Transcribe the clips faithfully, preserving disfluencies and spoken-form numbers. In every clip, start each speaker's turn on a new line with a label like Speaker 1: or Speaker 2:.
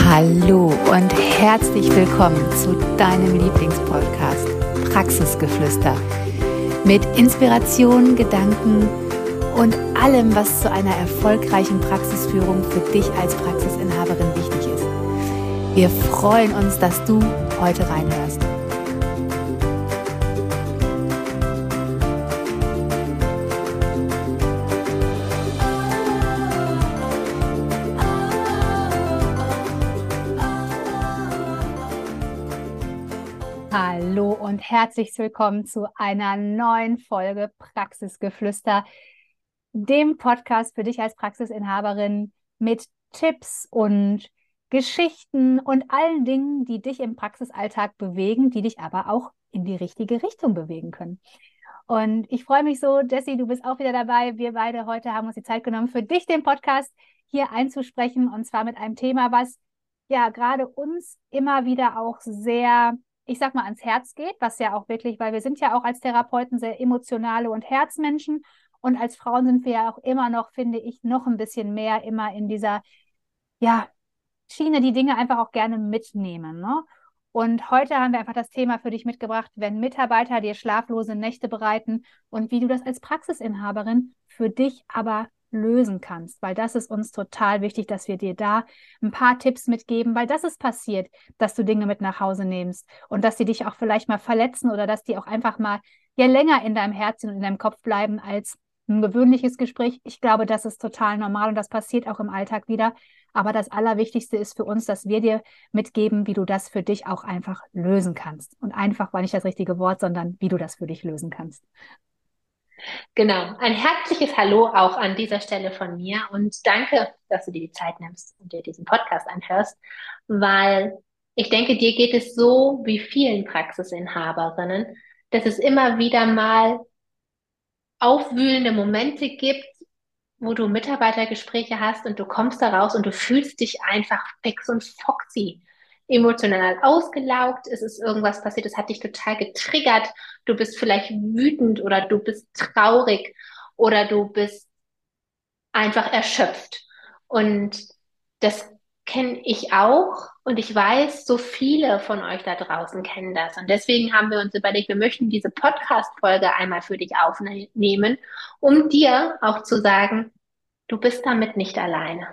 Speaker 1: Hallo und herzlich willkommen zu deinem Lieblingspodcast Praxisgeflüster mit Inspiration, Gedanken und allem, was zu einer erfolgreichen Praxisführung für dich als Praxisinhaberin wichtig ist. Wir freuen uns, dass du heute reinhörst. Hallo und herzlich willkommen zu einer neuen Folge Praxisgeflüster, dem Podcast für dich als Praxisinhaberin mit Tipps und Geschichten und allen Dingen, die dich im Praxisalltag bewegen, die dich aber auch in die richtige Richtung bewegen können. Und ich freue mich so, Jessie, du bist auch wieder dabei. Wir beide heute haben uns die Zeit genommen, für dich den Podcast hier einzusprechen, und zwar mit einem Thema, was ja gerade uns immer wieder auch sehr, ich sag mal, ans Herz geht, was ja auch wirklich, weil wir sind ja auch als Therapeuten sehr emotionale und Herzmenschen, und als Frauen sind wir ja auch immer noch, finde ich, noch ein bisschen mehr immer in dieser, ja, Schiene, die Dinge einfach auch gerne mitnehmen, ne? Und heute haben wir einfach das Thema für dich mitgebracht, wenn Mitarbeiter dir schlaflose Nächte bereiten und wie du das als Praxisinhaberin für dich aber lösen kannst, weil das ist uns total wichtig, dass wir dir da ein paar Tipps mitgeben, weil das ist passiert, dass du Dinge mit nach Hause nimmst und dass die dich auch vielleicht mal verletzen oder dass die auch einfach mal ja länger in deinem Herzen und in deinem Kopf bleiben als ein gewöhnliches Gespräch. Ich glaube, das ist total normal und das passiert auch im Alltag wieder. Aber das Allerwichtigste ist für uns, dass wir dir mitgeben, wie du das für dich auch einfach lösen kannst. Und einfach war nicht das richtige Wort, sondern wie du das für dich lösen kannst.
Speaker 2: Genau. Ein herzliches Hallo auch an dieser Stelle von mir und danke, dass du dir die Zeit nimmst und dir diesen Podcast anhörst, weil ich denke, dir geht es so wie vielen Praxisinhaberinnen, dass es immer wieder mal aufwühlende Momente gibt, wo du Mitarbeitergespräche hast und du kommst da raus und du fühlst dich einfach fix und foxy, emotional ausgelaugt. Es ist irgendwas passiert, das hat dich total getriggert. Du bist vielleicht wütend oder du bist traurig oder du bist einfach erschöpft. Und das kenne ich auch und ich weiß, so viele von euch da draußen kennen das. Und deswegen haben wir uns überlegt, wir möchten diese Podcast-Folge einmal für dich aufnehmen, um dir auch zu sagen, du bist damit nicht alleine.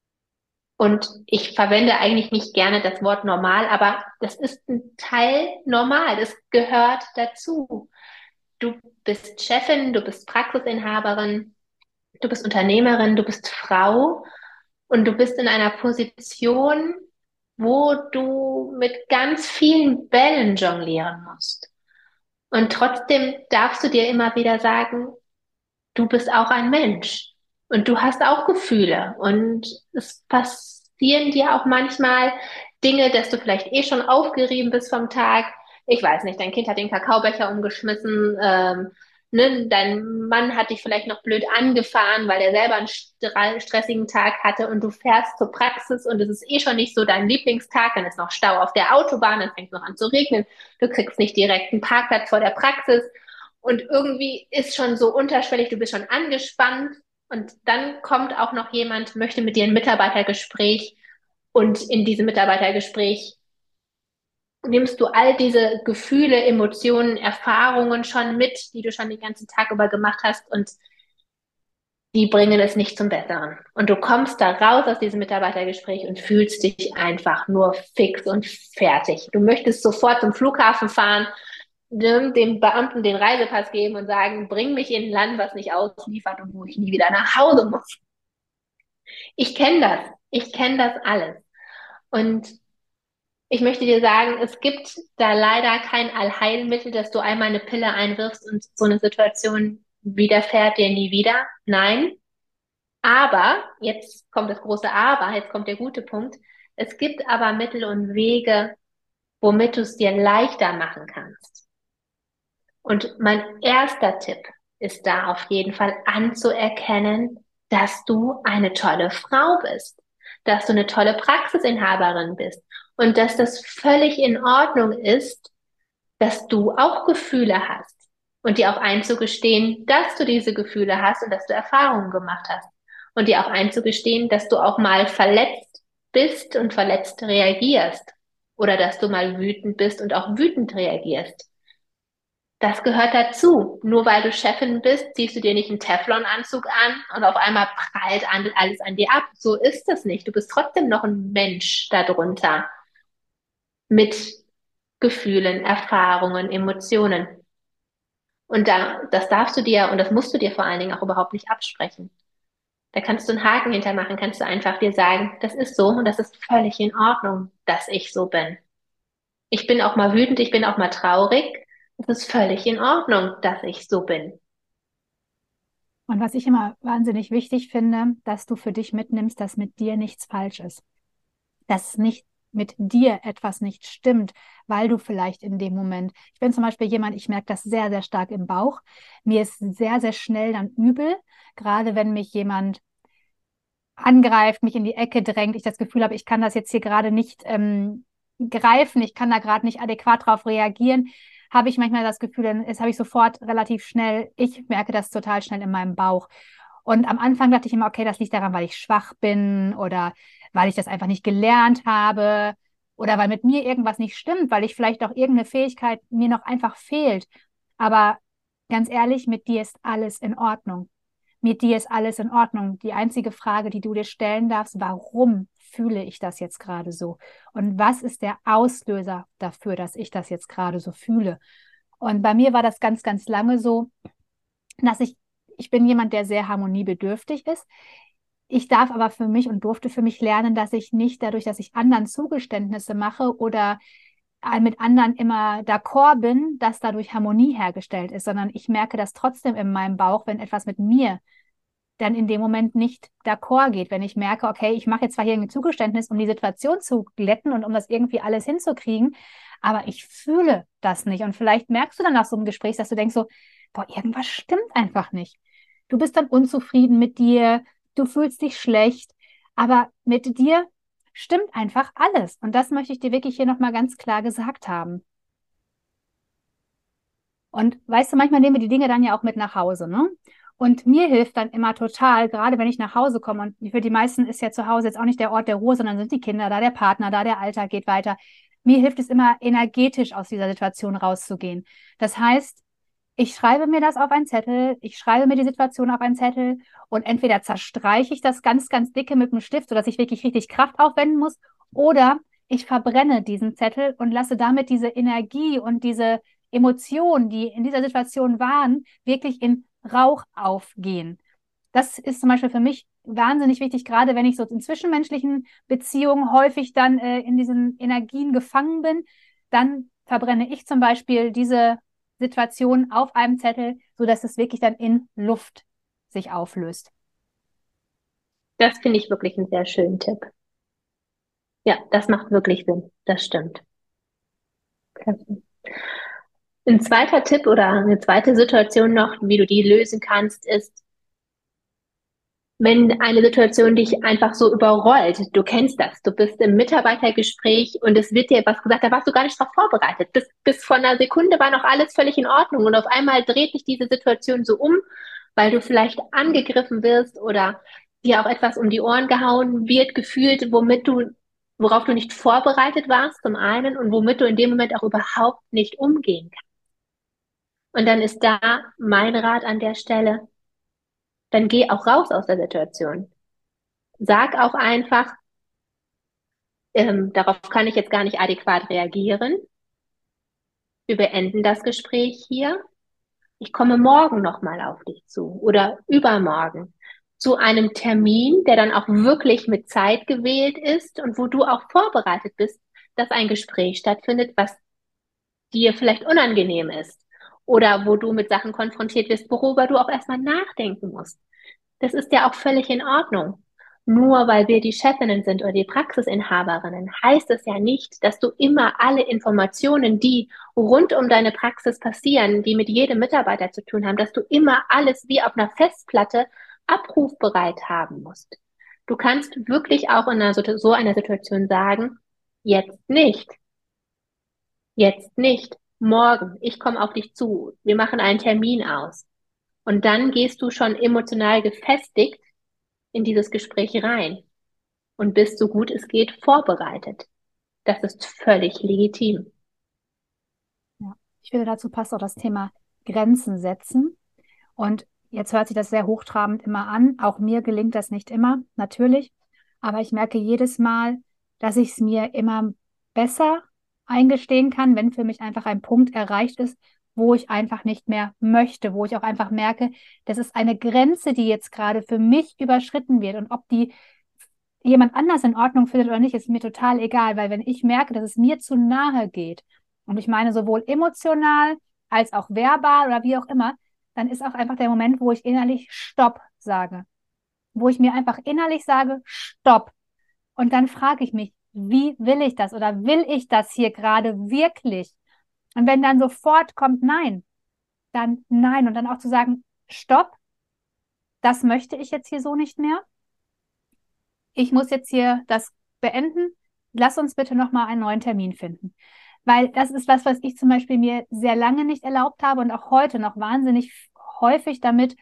Speaker 2: Und ich verwende eigentlich nicht gerne das Wort normal, aber das ist ein Teil normal. Das gehört dazu. Du bist Chefin, du bist Praxisinhaberin, du bist Unternehmerin, du bist Frau und du bist in einer Position, wo du mit ganz vielen Bällen jonglieren musst. Und trotzdem darfst du dir immer wieder sagen, du bist auch ein Mensch und du hast auch Gefühle und es passieren dir auch manchmal Dinge, dass du vielleicht eh schon aufgerieben bist vom Tag. Ich weiß nicht, dein Kind hat den Kakaobecher umgeschmissen, ähm, ne, dein Mann hat dich vielleicht noch blöd angefahren, weil er selber einen stra- stressigen Tag hatte und du fährst zur Praxis und es ist eh schon nicht so dein Lieblingstag, dann ist noch Stau auf der Autobahn, dann fängt es noch an zu regnen, du kriegst nicht direkt einen Parkplatz vor der Praxis. Und irgendwie ist schon so unterschwellig, du bist schon angespannt und dann kommt auch noch jemand, möchte mit dir ein Mitarbeitergespräch und in diesem Mitarbeitergespräch nimmst du all diese Gefühle, Emotionen, Erfahrungen schon mit, die du schon den ganzen Tag über gemacht hast und die bringen es nicht zum Besseren. Und du kommst da raus aus diesem Mitarbeitergespräch und fühlst dich einfach nur fix und fertig. Du möchtest sofort zum Flughafen fahren, dem Beamten den Reisepass geben und sagen, bring mich in ein Land, was nicht ausliefert und wo ich nie wieder nach Hause muss. Ich kenne das. Ich kenne das alles. Und ich möchte dir sagen, es gibt da leider kein Allheilmittel, dass du einmal eine Pille einwirfst und so eine Situation widerfährt dir nie wieder. Nein. Aber, jetzt kommt das große Aber, jetzt kommt der gute Punkt. Es gibt aber Mittel und Wege, womit du es dir leichter machen kannst. Und mein erster Tipp ist da auf jeden Fall anzuerkennen, dass du eine tolle Frau bist, dass du eine tolle Praxisinhaberin bist und dass das völlig in Ordnung ist, dass du auch Gefühle hast und dir auch einzugestehen, dass du diese Gefühle hast und dass du Erfahrungen gemacht hast und dir auch einzugestehen, dass du auch mal verletzt bist und verletzt reagierst. Oder dass du mal wütend bist und auch wütend reagierst. Das gehört dazu. Nur weil du Chefin bist, ziehst du dir nicht einen Teflonanzug an und auf einmal prallt alles an dir ab. So ist das nicht. Du bist trotzdem noch ein Mensch darunter mit Gefühlen, Erfahrungen, Emotionen. Und da, das darfst du dir und das musst du dir vor allen Dingen auch überhaupt nicht absprechen. Da kannst du einen Haken hintermachen, kannst du einfach dir sagen, das ist so und das ist völlig in Ordnung, dass ich so bin. Ich bin auch mal wütend, ich bin auch mal traurig. Es ist völlig in Ordnung, dass ich so bin.
Speaker 1: Und was ich immer wahnsinnig wichtig finde, dass du für dich mitnimmst, dass mit dir nichts falsch ist. Dass nicht mit dir etwas nicht stimmt, weil du vielleicht in dem Moment, ich bin zum Beispiel jemand, ich merke das sehr, sehr stark im Bauch. Mir ist sehr, sehr schnell dann übel, gerade wenn mich jemand angreift, mich in die Ecke drängt, ich das Gefühl habe, ich kann das jetzt hier gerade nicht ähm, greifen, ich kann da gerade nicht adäquat drauf reagieren, habe ich manchmal das Gefühl, dann ist, habe ich sofort relativ schnell, ich merke das total schnell in meinem Bauch. Und am Anfang dachte ich immer, okay, das liegt daran, weil ich schwach bin oder weil ich das einfach nicht gelernt habe oder weil mit mir irgendwas nicht stimmt, weil ich vielleicht auch irgendeine Fähigkeit mir noch einfach fehlt. Aber ganz ehrlich, mit dir ist alles in Ordnung. Mit dir ist alles in Ordnung. Die einzige Frage, die du dir stellen darfst, warum fühle ich das jetzt gerade so? Und was ist der Auslöser dafür, dass ich das jetzt gerade so fühle? Und bei mir war das ganz, ganz lange so, dass ich, ich bin jemand, der sehr harmoniebedürftig ist. Ich darf aber für mich und durfte für mich lernen, dass ich nicht dadurch, dass ich anderen Zugeständnisse mache oder mit anderen immer d'accord bin, dass dadurch Harmonie hergestellt ist, sondern ich merke das trotzdem in meinem Bauch, wenn etwas mit mir dann in dem Moment nicht d'accord geht. Wenn ich merke, okay, ich mache jetzt zwar hier ein Zugeständnis, um die Situation zu glätten und um das irgendwie alles hinzukriegen, aber ich fühle das nicht. Und vielleicht merkst du dann nach so einem Gespräch, dass du denkst so, boah, irgendwas stimmt einfach nicht. Du bist dann unzufrieden mit dir, du fühlst dich schlecht, aber mit dir stimmt einfach alles. Und das möchte ich dir wirklich hier nochmal ganz klar gesagt haben. Und weißt du, manchmal nehmen wir die Dinge dann ja auch mit nach Hause, ne? Und mir hilft dann immer total, gerade wenn ich nach Hause komme, und für die meisten ist ja zu Hause jetzt auch nicht der Ort der Ruhe, sondern sind die Kinder da, der Partner da, der Alltag geht weiter. Mir hilft es immer, energetisch aus dieser Situation rauszugehen. Das heißt, ich schreibe mir das auf einen Zettel, ich schreibe mir die Situation auf einen Zettel und entweder zerstreiche ich das ganz, ganz dicke mit dem Stift, sodass ich wirklich richtig Kraft aufwenden muss, oder ich verbrenne diesen Zettel und lasse damit diese Energie und diese Emotionen, die in dieser Situation waren, wirklich in Rauch aufgehen. Das ist zum Beispiel für mich wahnsinnig wichtig, gerade wenn ich so in zwischenmenschlichen Beziehungen häufig dann äh, in diesen Energien gefangen bin, dann verbrenne ich zum Beispiel diese Situation auf einem Zettel, sodass es wirklich dann in Luft sich auflöst.
Speaker 2: Das finde ich wirklich einen sehr schönen Tipp. Ja, das macht wirklich Sinn. Das stimmt. Klasse. Ein zweiter Tipp oder eine zweite Situation noch, wie du die lösen kannst, ist, wenn eine Situation dich einfach so überrollt, du kennst das, du bist im Mitarbeitergespräch und es wird dir was gesagt, da warst du gar nicht darauf vorbereitet. Bis, bis vor einer Sekunde war noch alles völlig in Ordnung und auf einmal dreht dich diese Situation so um, weil du vielleicht angegriffen wirst oder dir auch etwas um die Ohren gehauen wird, gefühlt, womit du, worauf du nicht vorbereitet warst zum einen und womit du in dem Moment auch überhaupt nicht umgehen kannst. Und dann ist da mein Rat an der Stelle, dann geh auch raus aus der Situation. Sag auch einfach, ähm, darauf kann ich jetzt gar nicht adäquat reagieren. Wir beenden das Gespräch hier. Ich komme morgen nochmal auf dich zu oder übermorgen zu einem Termin, der dann auch wirklich mit Zeit gewählt ist und wo du auch vorbereitet bist, dass ein Gespräch stattfindet, was dir vielleicht unangenehm ist oder wo du mit Sachen konfrontiert wirst, worüber du auch erstmal nachdenken musst. Das ist ja auch völlig in Ordnung. Nur weil wir die Chefinnen sind oder die Praxisinhaberinnen, heißt es ja nicht, dass du immer alle Informationen, die rund um deine Praxis passieren, die mit jedem Mitarbeiter zu tun haben, dass du immer alles wie auf einer Festplatte abrufbereit haben musst. Du kannst wirklich auch in einer, so einer Situation sagen, jetzt nicht, jetzt nicht, morgen, ich komme auf dich zu, wir machen einen Termin aus. Und dann gehst du schon emotional gefestigt in dieses Gespräch rein. und bist so gut es geht vorbereitet. Das ist völlig legitim.
Speaker 1: Ja. Ich finde, dazu passt auch das Thema Grenzen setzen. Und jetzt hört sich das sehr hochtrabend immer an. Auch mir gelingt das nicht immer, natürlich. Aber ich merke jedes Mal, dass ich es mir immer besser eingestehen kann, wenn für mich einfach ein Punkt erreicht ist, wo ich einfach nicht mehr möchte, wo ich auch einfach merke, das ist eine Grenze, die jetzt gerade für mich überschritten wird. Und ob die jemand anders in Ordnung findet oder nicht, ist mir total egal, weil wenn ich merke, dass es mir zu nahe geht, und ich meine sowohl emotional als auch verbal oder wie auch immer, dann ist auch einfach der Moment, wo ich innerlich Stopp sage. Wo ich mir einfach innerlich sage, Stopp. Und dann frage ich mich, wie will ich das oder will ich das hier gerade wirklich? Und wenn dann sofort kommt Nein, dann Nein. Und dann auch zu sagen, Stopp, das möchte ich jetzt hier so nicht mehr. Ich muss jetzt hier das beenden. Lass uns bitte nochmal einen neuen Termin finden. Weil das ist was, was ich zum Beispiel mir sehr lange nicht erlaubt habe und auch heute noch wahnsinnig häufig damit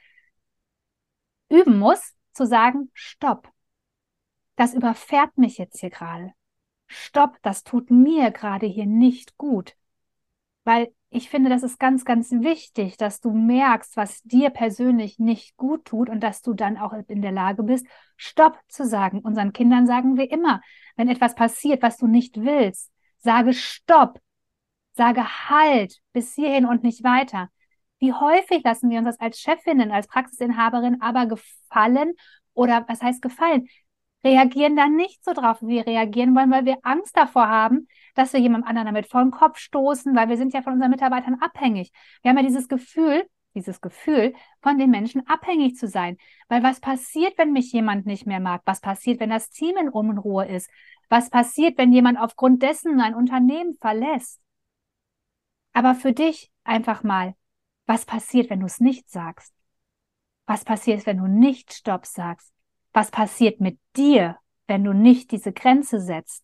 Speaker 1: üben muss, zu sagen, Stopp, das überfährt mich jetzt hier gerade. Stopp, das tut mir gerade hier nicht gut. Weil ich finde, das ist ganz, ganz wichtig, dass du merkst, was dir persönlich nicht gut tut und dass du dann auch in der Lage bist, Stopp zu sagen. Unseren Kindern sagen wir immer, wenn etwas passiert, was du nicht willst, sage Stopp, sage Halt, bis hierhin und nicht weiter. Wie häufig lassen wir uns das als Chefinnen, als Praxisinhaberin aber gefallen oder was heißt gefallen? Reagieren dann nicht so drauf, wie wir reagieren wollen, weil wir Angst davor haben, dass wir jemandem anderen damit vor den Kopf stoßen, weil wir sind ja von unseren Mitarbeitern abhängig. Wir haben ja dieses Gefühl, dieses Gefühl, von den Menschen abhängig zu sein. Weil was passiert, wenn mich jemand nicht mehr mag? Was passiert, wenn das Team in Unruhe ist? Was passiert, wenn jemand aufgrund dessen ein Unternehmen verlässt? Aber für dich einfach mal, was passiert, wenn du es nicht sagst? Was passiert, wenn du nicht Stopp sagst? Was passiert mit dir, wenn du nicht diese Grenze setzt?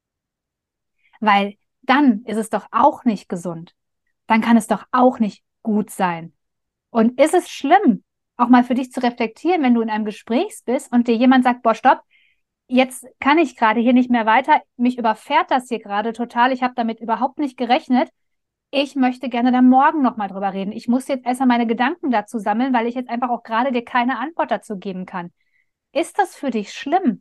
Speaker 1: Weil dann ist es doch auch nicht gesund. Dann kann es doch auch nicht gut sein. Und ist es schlimm, auch mal für dich zu reflektieren, wenn du in einem Gespräch bist und dir jemand sagt, boah, stopp, jetzt kann ich gerade hier nicht mehr weiter, mich überfährt das hier gerade total, ich habe damit überhaupt nicht gerechnet. Ich möchte gerne dann morgen nochmal drüber reden. Ich muss jetzt erstmal meine Gedanken dazu sammeln, weil ich jetzt einfach auch gerade dir keine Antwort dazu geben kann. Ist das für dich schlimm?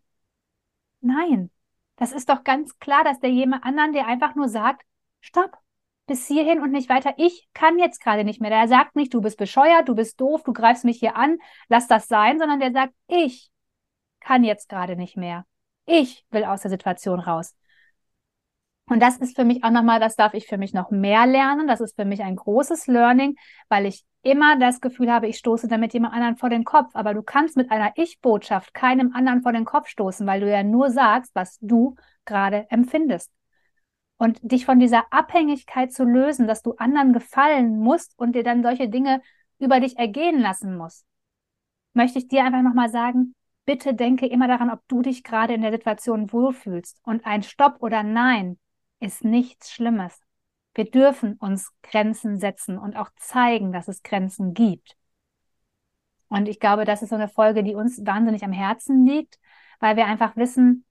Speaker 1: Nein. Das ist doch ganz klar, dass der jemand anderen dir einfach nur sagt, stopp, bis hierhin und nicht weiter. Ich kann jetzt gerade nicht mehr. Der sagt nicht, du bist bescheuert, du bist doof, du greifst mich hier an, lass das sein, sondern der sagt, ich kann jetzt gerade nicht mehr. Ich will aus der Situation raus. Und das ist für mich auch nochmal, das darf ich für mich noch mehr lernen. Das ist für mich ein großes Learning, weil ich immer das Gefühl habe, ich stoße damit jemand anderen vor den Kopf. Aber du kannst mit einer Ich-Botschaft keinem anderen vor den Kopf stoßen, weil du ja nur sagst, was du gerade empfindest. Und dich von dieser Abhängigkeit zu lösen, dass du anderen gefallen musst und dir dann solche Dinge über dich ergehen lassen musst, möchte ich dir einfach nochmal sagen, bitte denke immer daran, ob du dich gerade in der Situation wohlfühlst. Und ein Stopp oder Nein ist nichts Schlimmes. Wir dürfen uns Grenzen setzen und auch zeigen, dass es Grenzen gibt. Und ich glaube, das ist so eine Folge, die uns wahnsinnig am Herzen liegt, weil wir einfach wissen,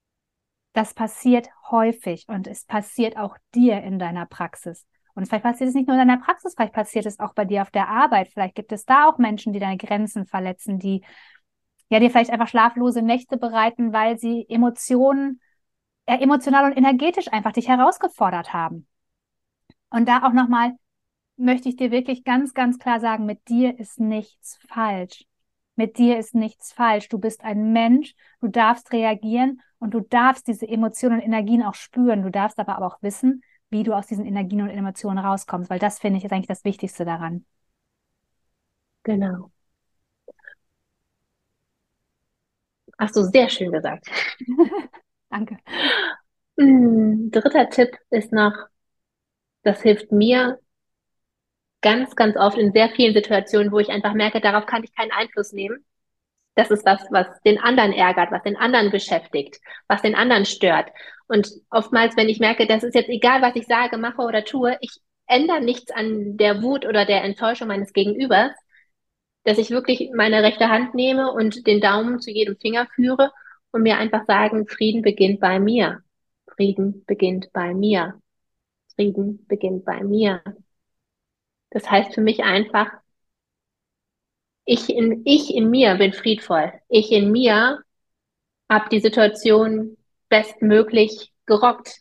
Speaker 1: das passiert häufig und es passiert auch dir in deiner Praxis. Und vielleicht passiert es nicht nur in deiner Praxis, vielleicht passiert es auch bei dir auf der Arbeit. Vielleicht gibt es da auch Menschen, die deine Grenzen verletzen, die ja dir vielleicht einfach schlaflose Nächte bereiten, weil sie Emotionen, äh, emotional und energetisch einfach dich herausgefordert haben. Und da auch nochmal möchte ich dir wirklich ganz, ganz klar sagen, mit dir ist nichts falsch. Mit dir ist nichts falsch. Du bist ein Mensch, du darfst reagieren und du darfst diese Emotionen und Energien auch spüren. Du darfst aber auch wissen, wie du aus diesen Energien und Emotionen rauskommst, weil das finde ich ist eigentlich das Wichtigste daran.
Speaker 2: Genau. Hast du sehr schön gesagt.
Speaker 1: Danke.
Speaker 2: Mm, dritter Tipp ist noch, das hilft mir ganz, ganz oft in sehr vielen Situationen, wo ich einfach merke, darauf kann ich keinen Einfluss nehmen. Das ist was, was den anderen ärgert, was den anderen beschäftigt, was den anderen stört. Und oftmals, wenn ich merke, das ist jetzt egal, was ich sage, mache oder tue, ich ändere nichts an der Wut oder der Enttäuschung meines Gegenübers, dass ich wirklich meine rechte Hand nehme und den Daumen zu jedem Finger führe und mir einfach sagen, Frieden beginnt bei mir. Frieden beginnt bei mir. Frieden beginnt bei mir. Das heißt für mich einfach, ich in, ich in mir bin friedvoll. Ich in mir habe die Situation bestmöglich gerockt.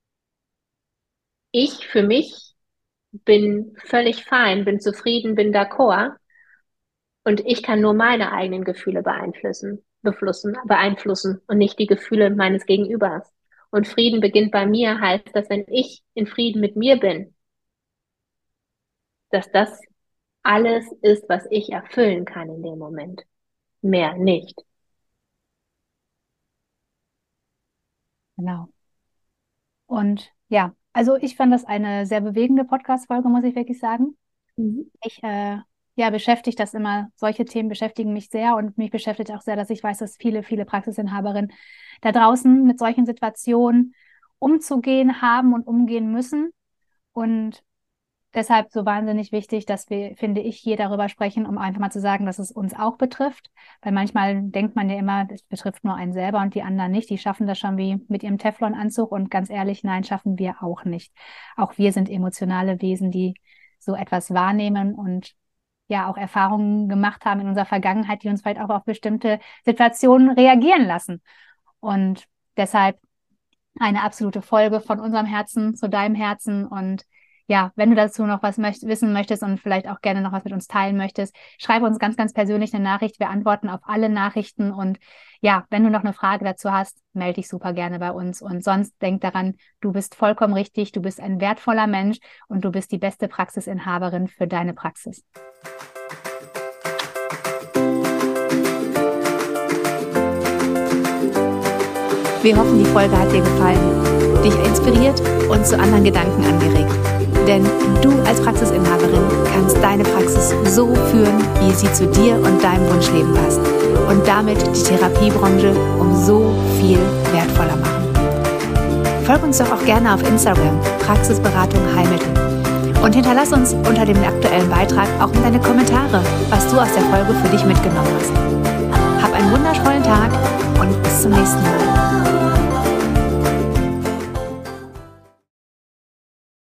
Speaker 2: Ich für mich bin völlig fein, bin zufrieden, bin d'accord. Und ich kann nur meine eigenen Gefühle beeinflussen, beflussen, beeinflussen und nicht die Gefühle meines Gegenübers. Und Frieden beginnt bei mir heißt, dass wenn ich in Frieden mit mir bin, dass das alles ist, was ich erfüllen kann in dem Moment. Mehr nicht.
Speaker 1: Genau. Und ja, also ich fand das eine sehr bewegende Podcast-Folge, muss ich wirklich sagen.
Speaker 2: Mhm.
Speaker 1: Ich, äh, ja, beschäftigt das immer, solche Themen beschäftigen mich sehr und mich beschäftigt auch sehr, dass ich weiß, dass viele, viele Praxisinhaberinnen da draußen mit solchen Situationen umzugehen haben und umgehen müssen. Und deshalb so wahnsinnig wichtig, dass wir, finde ich, hier darüber sprechen, um einfach mal zu sagen, dass es uns auch betrifft. Weil manchmal denkt man ja immer, es betrifft nur einen selber und die anderen nicht. Die schaffen das schon wie mit ihrem Teflonanzug. Und ganz ehrlich, nein, schaffen wir auch nicht. Auch wir sind emotionale Wesen, die so etwas wahrnehmen und ja auch Erfahrungen gemacht haben in unserer Vergangenheit, die uns vielleicht auch auf bestimmte Situationen reagieren lassen. Und deshalb eine absolute Folge von unserem Herzen zu deinem Herzen. Und ja, wenn du dazu noch was möcht- wissen möchtest und vielleicht auch gerne noch was mit uns teilen möchtest, schreib uns ganz, ganz persönlich eine Nachricht. Wir antworten auf alle Nachrichten. Und ja, wenn du noch eine Frage dazu hast, melde dich super gerne bei uns. Und sonst denk daran, du bist vollkommen richtig, du bist ein wertvoller Mensch und du bist die beste Praxisinhaberin für deine Praxis. Wir hoffen, die Folge hat dir gefallen, dich inspiriert und zu anderen Gedanken angeregt. Denn du als Praxisinhaberin kannst deine Praxis so führen, wie sie zu dir und deinem Wunschleben passt. Und damit die Therapiebranche um so viel wertvoller machen. Folg uns doch auch gerne auf Instagram, Praxisberatung Heilmittel. Und hinterlass uns unter dem aktuellen Beitrag auch deine Kommentare, was du aus der Folge für dich mitgenommen hast. Hab einen wundervollen Tag und bis zum nächsten Mal.